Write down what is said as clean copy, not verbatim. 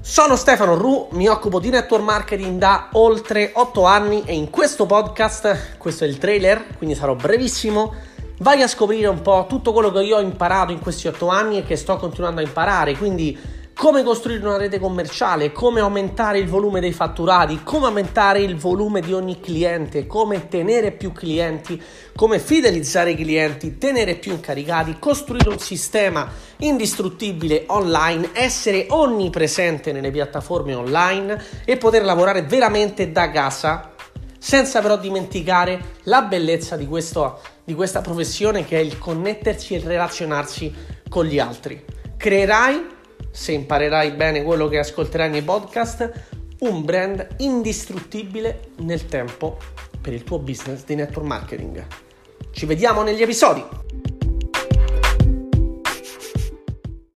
Sono Stefano Ru, mi occupo di network marketing da oltre 8 anni e in questo podcast, questo è il trailer, quindi sarò brevissimo, vai a scoprire un po' tutto quello che io ho imparato in questi 8 anni e che sto continuando a imparare, quindi come costruire una rete commerciale, come aumentare il volume dei fatturati, come aumentare il volume di ogni cliente, come tenere più clienti, come fidelizzare i clienti, tenere più incaricati, costruire un sistema indistruttibile online, essere onnipresente nelle piattaforme online e poter lavorare veramente da casa, senza però dimenticare la bellezza di questa professione che è il connettersi e il relazionarsi con gli altri. Creerai, se imparerai bene quello che ascolterai nei podcast, un brand indistruttibile nel tempo per il tuo business di network marketing. Ci vediamo negli episodi!